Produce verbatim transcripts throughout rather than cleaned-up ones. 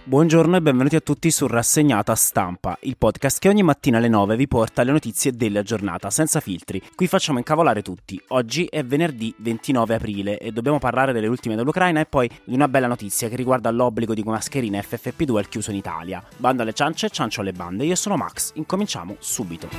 Buongiorno e benvenuti a tutti su Rassegnata Stampa, il podcast che ogni mattina alle nove vi porta le notizie della giornata, senza filtri. Qui facciamo incavolare tutti. Oggi è venerdì ventinove aprile e dobbiamo parlare delle ultime dell'Ucraina e poi di una bella notizia che riguarda l'obbligo di mascherine F F P due al chiuso in Italia. Bando alle ciance, ciancio alle bande. Io sono Max, incominciamo subito.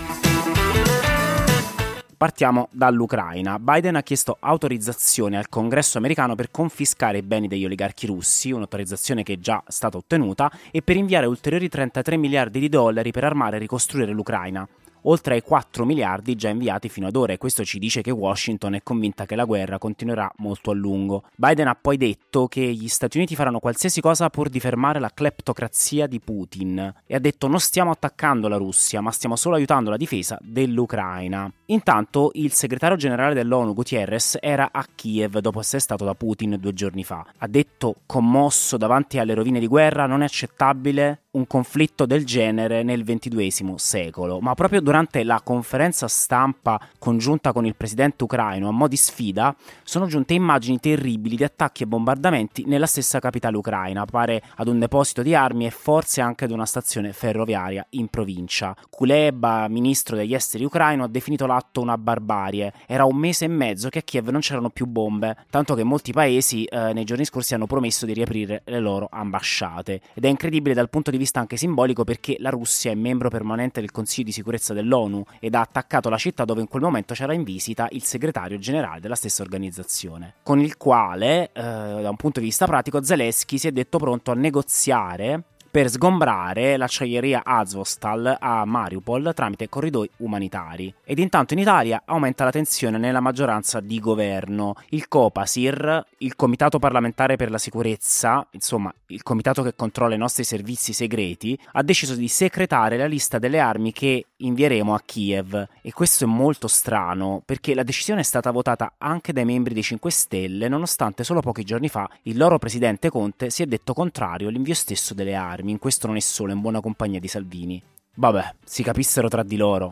Partiamo dall'Ucraina. Biden ha chiesto autorizzazione al Congresso americano per confiscare i beni degli oligarchi russi, un'autorizzazione che è già stata ottenuta, e per inviare ulteriori trentatré miliardi di dollari per armare e ricostruire l'Ucraina, oltre ai quattro miliardi già inviati fino ad ora, e questo ci dice che Washington è convinta che la guerra continuerà molto a lungo. Biden ha poi detto che gli Stati Uniti faranno qualsiasi cosa pur di fermare la cleptocrazia di Putin e ha detto: non stiamo attaccando la Russia, ma stiamo solo aiutando la difesa dell'Ucraina. Intanto il segretario generale dell'ONU Guterres era a Kiev dopo essere stato da Putin due giorni fa. Ha detto, commosso davanti alle rovine di guerra: non è accettabile un conflitto del genere nel ventiduesimo secolo. Ma proprio durante la conferenza stampa congiunta con il presidente ucraino, a mo' di sfida, sono giunte immagini terribili di attacchi e bombardamenti nella stessa capitale ucraina, pare ad un deposito di armi e forse anche ad una stazione ferroviaria in provincia. Kuleba, ministro degli esteri ucraino, ha definito l'atto una barbarie. Era un mese e mezzo che a Kiev non c'erano più bombe, tanto che molti paesi eh, nei giorni scorsi hanno promesso di riaprire le loro ambasciate. Ed è incredibile dal punto di vista anche simbolico, perché la Russia è membro permanente del Consiglio di sicurezza dell'ONU ed ha attaccato la città dove in quel momento c'era in visita il segretario generale della stessa organizzazione, con il quale, eh, da un punto di vista pratico, Zelensky si è detto pronto a negoziare per sgombrare l'acciaieria Azovstal a Mariupol tramite corridoi umanitari. Ed intanto in Italia aumenta la tensione nella maggioranza di governo. Il Copasir, il Comitato Parlamentare per la Sicurezza, insomma il comitato che controlla i nostri servizi segreti, ha deciso di secretare la lista delle armi che invieremo a Kiev. E questo è molto strano, perché la decisione è stata votata anche dai membri dei cinque Stelle, nonostante solo pochi giorni fa il loro presidente Conte si è detto contrario all'invio stesso delle armi. In questo non è solo, in buona compagnia di Salvini. Vabbè, si capissero tra di loro.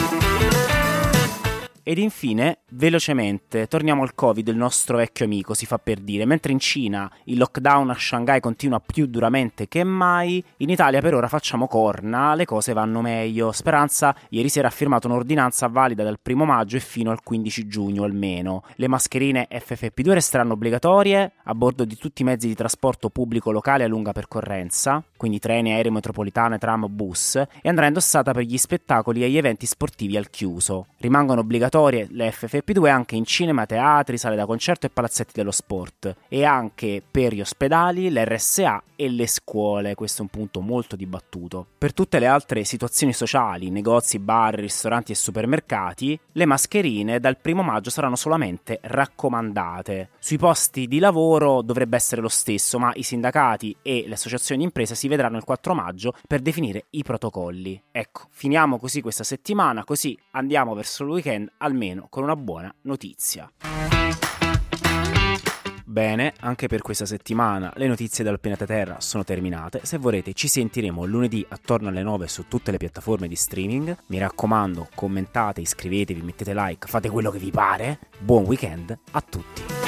Ed infine, velocemente, torniamo al Covid, il nostro vecchio amico, si fa per dire. Mentre in Cina il lockdown a Shanghai continua più duramente che mai, in Italia per ora facciamo corna, le cose vanno meglio. Speranza ieri sera ha firmato un'ordinanza valida dal primo maggio e fino al quindici giugno almeno. Le mascherine F F P due resteranno obbligatorie a bordo di tutti i mezzi di trasporto pubblico locale a lunga percorrenza, quindi treni, aerei, metropolitane, tram, bus, e andrà indossata per gli spettacoli e gli eventi sportivi al chiuso. Rimangono obbligatorie le F F P due anche in cinema, teatri, sale da concerto e palazzetti dello sport, e anche per gli ospedali, l'R S A e le scuole. Questo è un punto molto dibattuto. Per tutte le altre situazioni sociali, negozi, bar, ristoranti e supermercati, le mascherine dal primo maggio saranno solamente raccomandate. Sui posti di lavoro dovrebbe essere lo stesso, ma i sindacati e le associazioni di impresa si vedranno il quattro maggio per definire i protocolli. Ecco, finiamo così questa settimana, così andiamo verso il weekend almeno con una buona notizia. Bene, anche per questa settimana le notizie dal pianeta Terra sono terminate. Se vorrete ci sentiremo lunedì attorno alle nove su tutte le piattaforme di streaming. Mi raccomando, commentate, iscrivetevi, mettete like, fate quello che vi pare. Buon weekend a tutti!